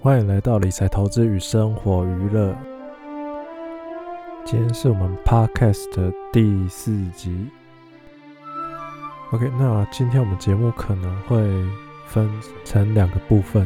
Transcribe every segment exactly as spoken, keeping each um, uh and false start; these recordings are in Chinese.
欢迎来到理财投资与生活娱乐。今天是我们 Podcast 的第四集。OK， 那今天我们节目可能会分成两个部分。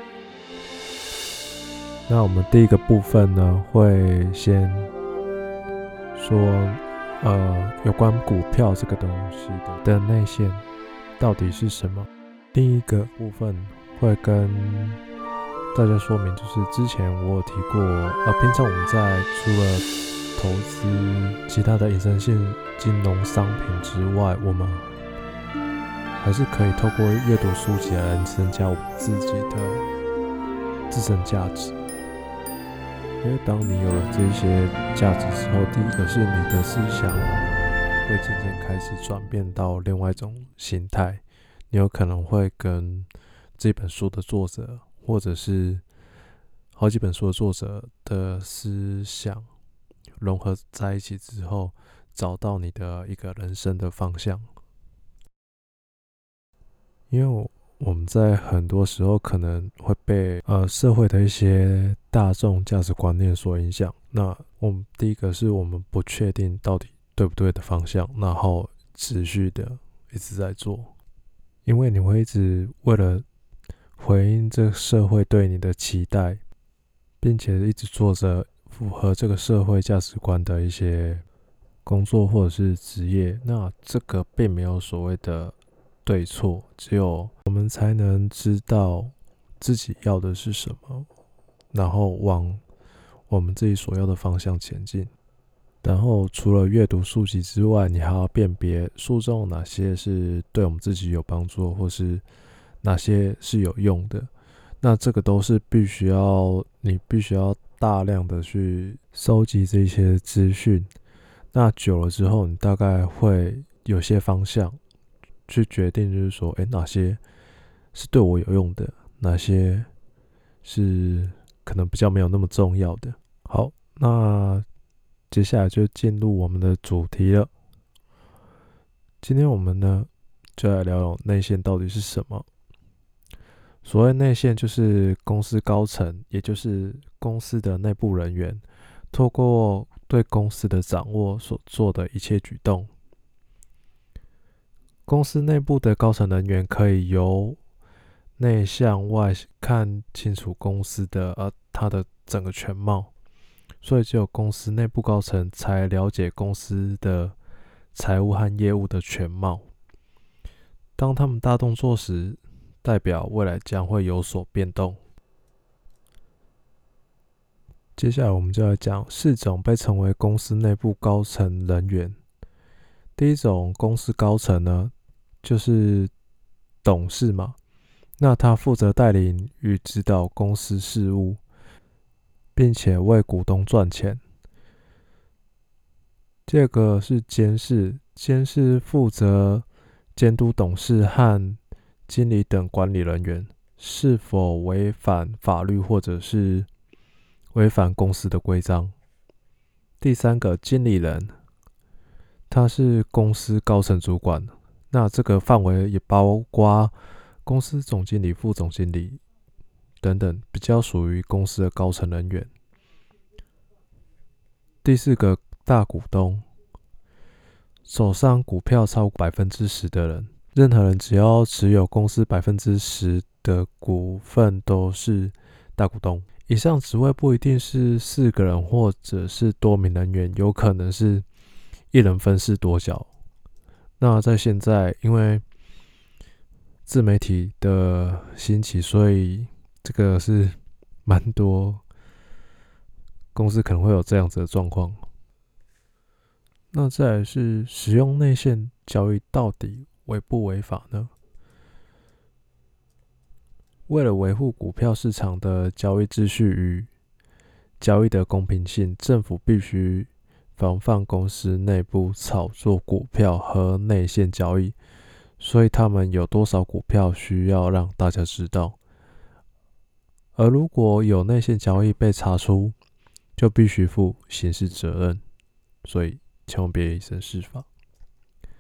那我们第一个部分呢，会先说呃有关股票这个东西的的内线到底是什么。第一个部分会跟大家说明，就是之前我有提过，呃，平常我们在除了投资其他的衍生性金融商品之外，我们还是可以透过阅读书籍来增加我们自己的自身价值。因为当你有了这些价值之后，第一个是你的思想会渐渐开始转变到另外一种形态，你有可能会跟这本书的作者或者是好几本书的作者的思想融合在一起之后，找到你的一个人生的方向。因为我们在很多时候可能会被呃社会的一些大众价值观念所影响。那我们第一个是我们不确定到底对不对的方向，然后持续的一直在做，因为你会一直为了回应这个社会对你的期待，并且一直做着符合这个社会价值观的一些工作或者是职业。那这个并没有所谓的对错，只有我们才能知道自己要的是什么，然后往我们自己所要的方向前进。然后除了阅读书籍之外，你还要辨别书中哪些是对我们自己有帮助，或是哪些是有用的。那这个都是必须要你必须要大量的去收集这些资讯。那久了之后，你大概会有些方向去决定，就是说，哎，哪些是对我有用的，哪些是可能比较没有那么重要的。好，那接下来就进入我们的主题了。今天我们呢，就来聊聊内线到底是什么。所谓内线，就是公司高层，也就是公司的内部人员，透过对公司的掌握所做的一切举动。公司内部的高层人员可以由内向外看清楚公司的呃它的整个全貌，所以只有公司内部高层才了解公司的财务和业务的全貌。当他们大动作时，代表未来将会有所变动。接下来我们就来讲四种被称为公司内部高层人员。第一种公司高层呢，就是董事嘛，那他负责带领与指导公司事务，并且为股东赚钱。第二个是监事，监事负责监督董事和经理等管理人员是否违反法律或者是违反公司的规章。第三个经理人，他是公司高层主管，那这个范围也包括公司总经理、副总经理等等，比较属于公司的高层人员。第四个大股东，手上股票超过百分之十的人，任何人只要持有公司百分之十的股份都是大股东。以上职位不一定是四个人或者是多名人员，有可能是一人分饰多角。那在现在，因为自媒体的兴起，所以这个是蛮多公司可能会有这样子的状况。那再来是使用内线交易到底违不违法呢？为了维护股票市场的交易秩序与交易的公平性，政府必须防范公司内部炒作股票和内线交易，所以他们有多少股票需要让大家知道。而如果有内线交易被查出，就必须负刑事责任，所以千万别以身试法。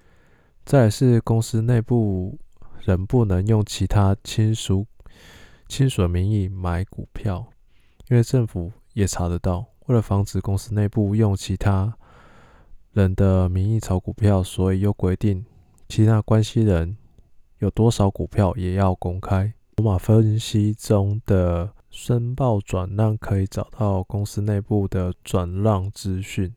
再来是公司内部人不能用其他亲属亲属的名义买股票，因为政府也查得到，为了防止公司内部用其他人的名义炒股票，所以又规定其他关系人有多少股票也要公开。筹码分析中的申报转让可以找到公司内部的转让资讯。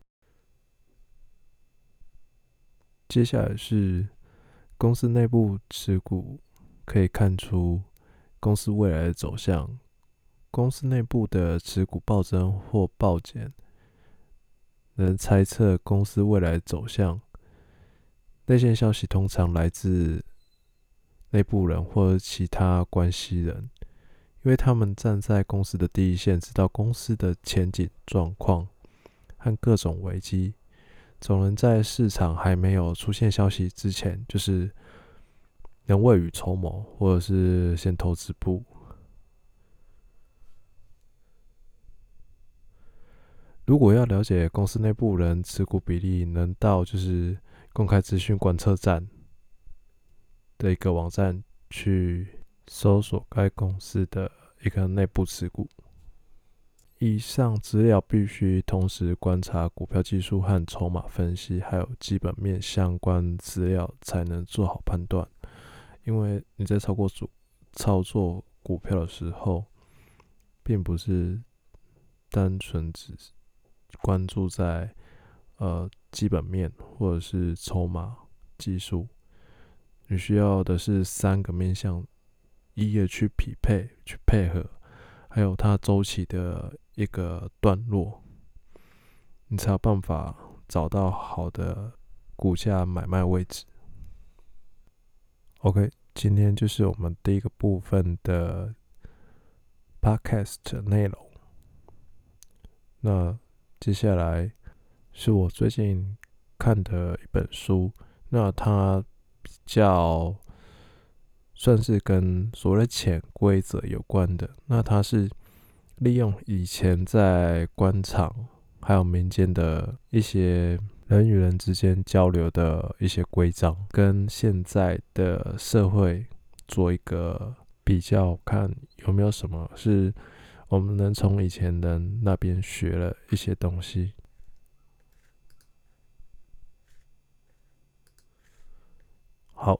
接下来是公司内部持股，可以看出公司未来的走向。公司内部的持股暴增或暴减，能猜测公司未来的走向。内线消息通常来自内部人或其他关系人，因为他们站在公司的第一线，知道公司的前景状况和各种危机，总能在市场还没有出现消息之前，就是能未雨绸缪，或者是先投资步。如果要了解公司内部人持股比例，能到就是公开资讯观测站的一个网站去搜索该公司的一个内部持股。以上资料必须同时观察股票技术和筹码分析，还有基本面相关资料，才能做好判断。因为你在操作组操作股票的时候，并不是单纯只关注在呃基本面或者是筹码技术，你需要的是三个面向一一的去匹配、去配合，还有它周期的一个段落，你才有办法找到好的股价买卖位置。OK， 今天就是我们第一个部分的 Podcast 内容。那接下来是我最近看的一本书，那它比较算是跟所谓的潜规则有关的。那它是利用以前在官场还有民间的一些人与人之间交流的一些规章，跟现在的社会做一个比较，看有没有什么是我们能从以前人那边学了一些东西。好，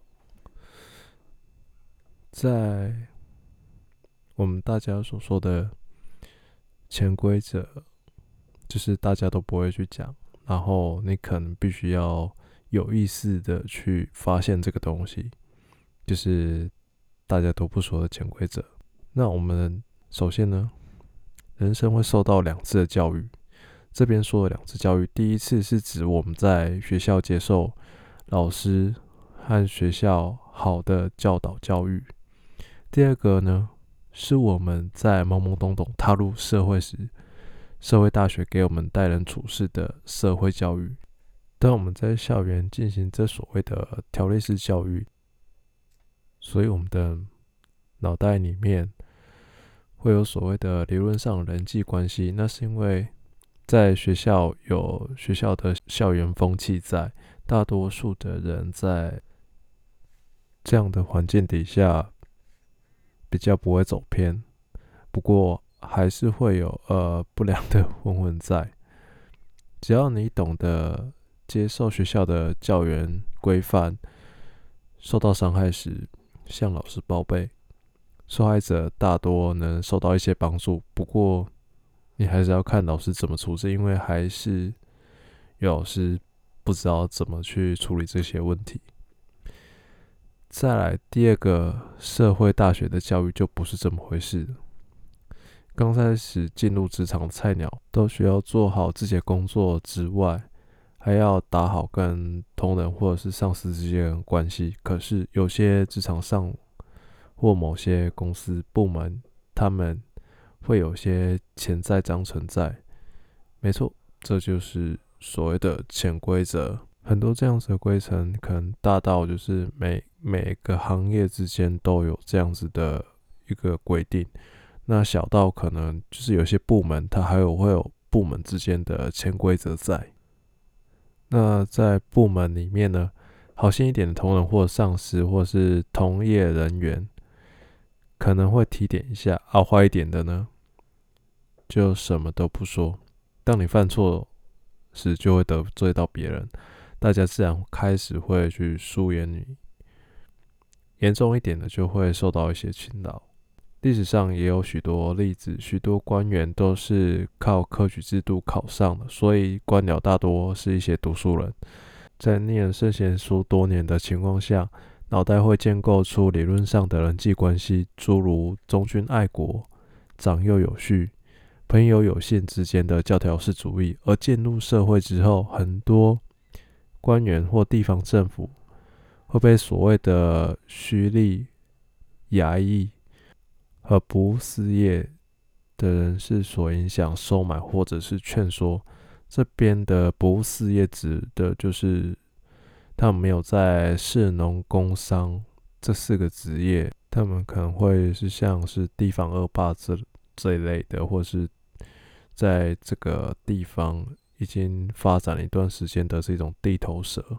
在我们大家所说的潜规则，就是大家都不会去讲，然后你可能必须要有意识的去发现这个东西，就是大家都不说的潜规则。那我们首先呢，人生会受到两次的教育。这边说的两次教育，第一次是指我们在学校接受老师和学校好的教导教育。第二个呢，是我们在懵懵懂懂踏入社会时，社会大学给我们待人处事的社会教育。当我们在校园进行这所谓的条列式教育，所以我们的脑袋里面会有所谓的理论上人际关系，那是因为在学校有学校的校园风气在，大多数的人在这样的环境底下比较不会走偏，不过还是会有呃不良的混混在。只要你懂得接受学校的教员规范，受到伤害时向老师报备，受害者大多能受到一些帮助，不过你还是要看老师怎么处置，因为还是有老师不知道怎么去处理这些问题。再来第二个，社会大学的教育就不是这么回事。刚开始进入职场的菜鸟都需要做好自己的工作之外，还要打好跟同仁或者是上司之间的关系。可是有些职场上或某些公司部门，他们会有些潜在章存在。没错，这就是所谓的潜规则。很多这样子的规程，可能大到就是每每个行业之间都有这样子的一个规定。那小到可能就是有些部门，它还有会有部门之间的潜规则在。那在部门里面呢，好心一点的同仁或上司或是同业人员， 可能会提点一下，傲坏一点的呢，就什么都不说。当你犯错时，就会得罪到别人，大家自然开始会去疏远你。严重一点的，就会受到一些侵扰。历史上也有许多例子，许多官员都是靠科举制度考上的，所以官僚大多是一些读书人。在念圣贤书多年的情况下，脑袋会建构出理论上的人际关系，诸如忠君爱国、长幼有序、朋友有信之间的教条式主义。而进入社会之后，很多官员或地方政府会被所谓的虚吏、衙役和不务事业的人士所影响，收买或者是劝说。这边的不务事业指的就是他们没有在士农工商这四个职业，他们可能会是像是地方恶霸这这一类的，或是在这个地方已经发展了一段时间的这种地头蛇。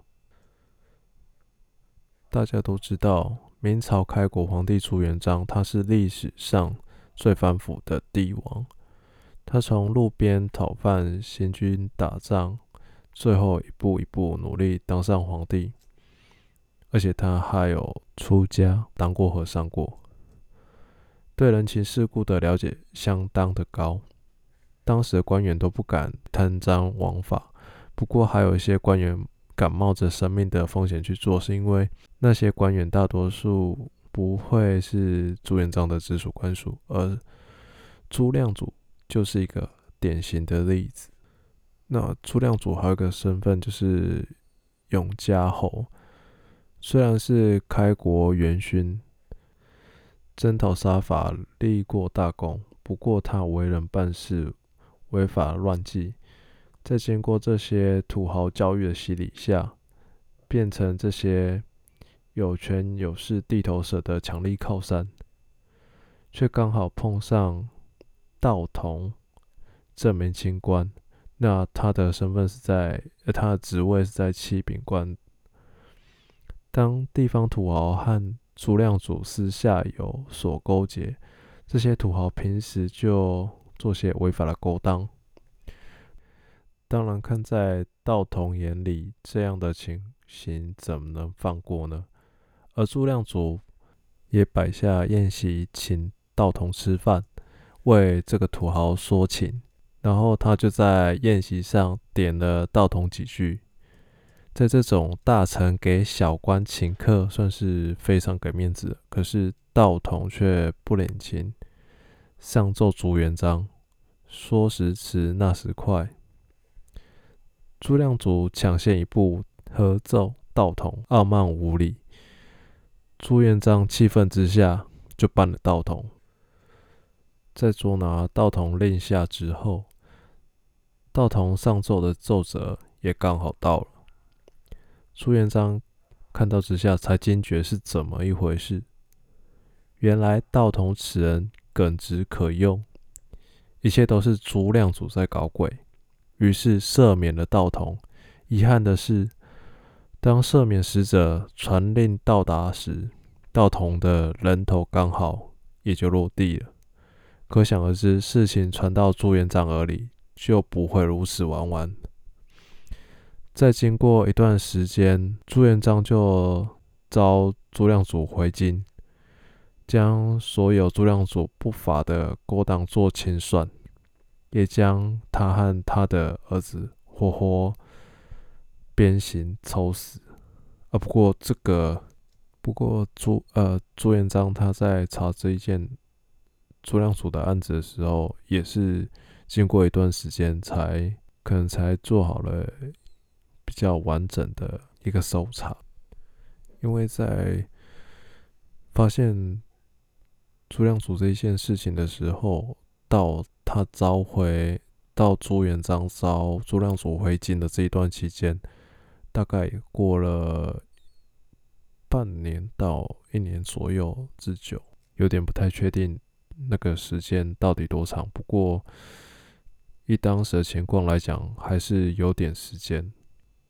大家都知道，明朝开国皇帝朱元璋，他是历史上最反腐的帝王。他从路边讨饭、行军打仗，最后一步一步努力当上皇帝。而且他还有出家当过和尚过，对人情世故的了解相当的高。当时的官员都不敢贪赃枉法，不过还有一些官员敢冒着生命的风险去做，是因为那些官员大多数不会是朱元璋的直属官属，而朱亮祖就是一个典型的例子。那朱亮祖还有一个身份就是永嘉侯，虽然是开国元勋，征讨杀伐立过大功，不过他为人办事违法乱纪，在经过这些土豪教育的洗礼下，变成这些有权有势地头蛇的强力靠山，却刚好碰上道统这名清官。那他的身份是在，呃，他的职位是在七品官。当地方土豪和朱亮祖私下有所勾结，这些土豪平时就做些违法的勾当。当然，看在道统眼里，这样的情形怎么能放过呢？而朱亮祖也摆下宴席，请道统吃饭，为这个土豪说情。然后他就在宴席上点了道统几句。在这种大臣给小官请客，算是非常给面子的。可是道统却不领情，上奏朱元璋，说时迟，那时快。朱亮祖抢先一步合奏道统，傲慢无礼。朱元璋气愤之下，就办了道统。在捉拿道统令下之后，道统上奏的奏折也刚好到了。朱元璋看到之下，才惊觉是怎么一回事。原来道统此人耿直可用，一切都是朱亮祖在搞鬼。于是赦免了道统。遗憾的是，当赦免使者传令到达时，道统的人头刚好也就落地了。可想而知，事情传到朱元璋耳里，就不会如此玩玩。再经过一段时间，朱元璋就召朱亮祖回京，将所有朱亮祖不法的勾当做清算，也将他和他的儿子活活鞭刑抽死。啊，不过这个，不过朱呃朱元璋他在查这一件朱亮祖的案子的时候，也是经过一段时间才可能才做好了比较完整的一个搜查。因为在发现朱亮祖这一件事情的时候，到他召回到朱元璋召朱亮祖回京的这一段期间，大概过了半年到一年左右之久，有点不太确定那个时间到底多长。不过以当时的情况来讲，还是有点时间。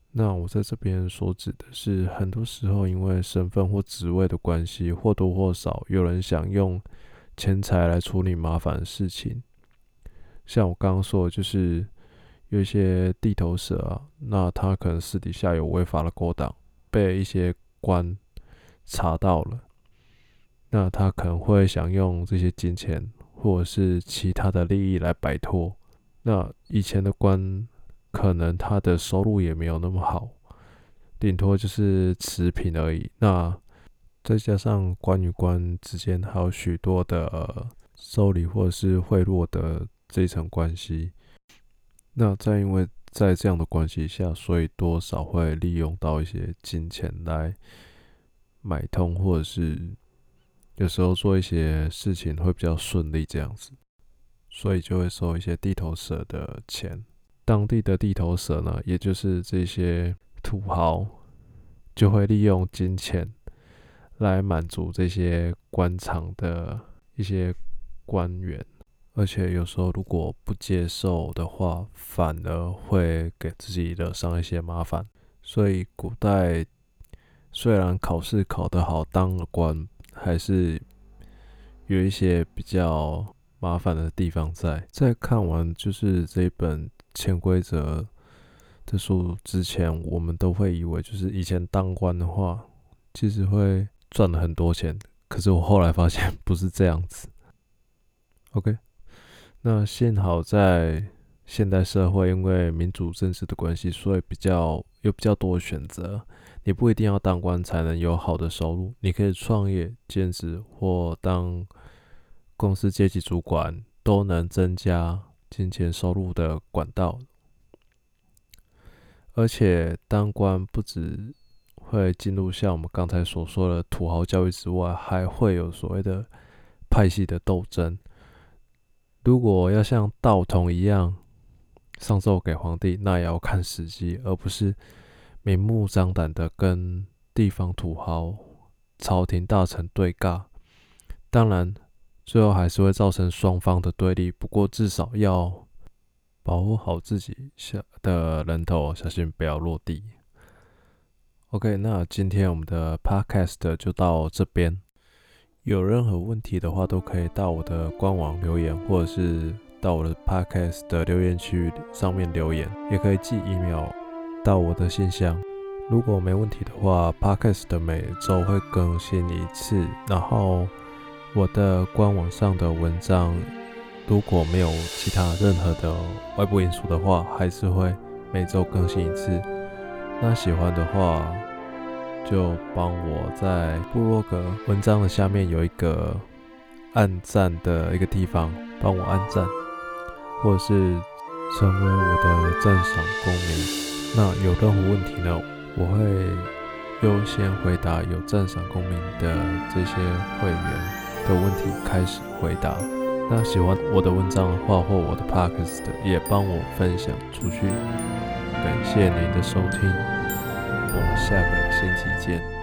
那我在这边所指的是，很多时候因为身份或职位的关系，或多或少有人想用钱财来处理麻烦的事情。像我刚刚说的，就是有一些地头蛇啊，那他可能私底下有违法的勾当，被一些官查到了，那他可能会想用这些金钱或者是其他的利益来摆脱。那以前的官可能他的收入也没有那么好，顶多就是持平而已。那再加上官与官之间还有许多的、呃、收礼或者是贿赂的这一层关系，那再因为在这样的关系下，所以多少会利用到一些金钱来买通，或者是有时候做一些事情会比较顺利这样子，所以就会收一些地头蛇的钱。当地的地头蛇呢，也就是这些土豪，就会利用金钱来满足这些官场的一些官员，而且有时候如果不接受的话，反而会给自己惹上一些麻烦。所以古代虽然考试考得好，当了官还是有一些比较麻烦的地方在。在看完就是这一本潜规则的书之前，我们都会以为就是以前当官的话，其实会赚了很多钱。可是我后来发现不是这样子。OK， 那幸好在现代社会，因为民主政治的关系，所以比较有比较多的选择。你不一定要当官才能有好的收入，你可以创业、兼职或当公司阶级主管，都能增加金钱收入的管道。而且当官不只会进入像我们刚才所说的土豪教育之外，还会有所谓的派系的斗争。如果要像道统一样上奏给皇帝，那也要看时机，而不是明目张胆的跟地方土豪、朝廷大臣对尬。当然，最后还是会造成双方的对立，不过至少要保护好自己的人头，小心不要落地。OK， 那今天我们的 Podcast 就到这边。有任何问题的话，都可以到我的官网留言，或者是到我的 Podcast 的留言区上面留言，也可以寄 email 到我的信箱。如果没问题的话 ，Podcast 每周会更新一次，然后我的官网上的文章，如果没有其他任何的外部因素的话，还是会每周更新一次。那喜欢的话，就帮我在部落格文章的下面有一个按赞的一个地方，帮我按赞，或者是成为我的赞赏公民。那有任何问题呢，我会优先回答有赞赏公民的这些会员的问题开始回答。那喜欢我的文章的话，或我的 podcast 也帮我分享出去。感谢您的收听，我们下个星期见。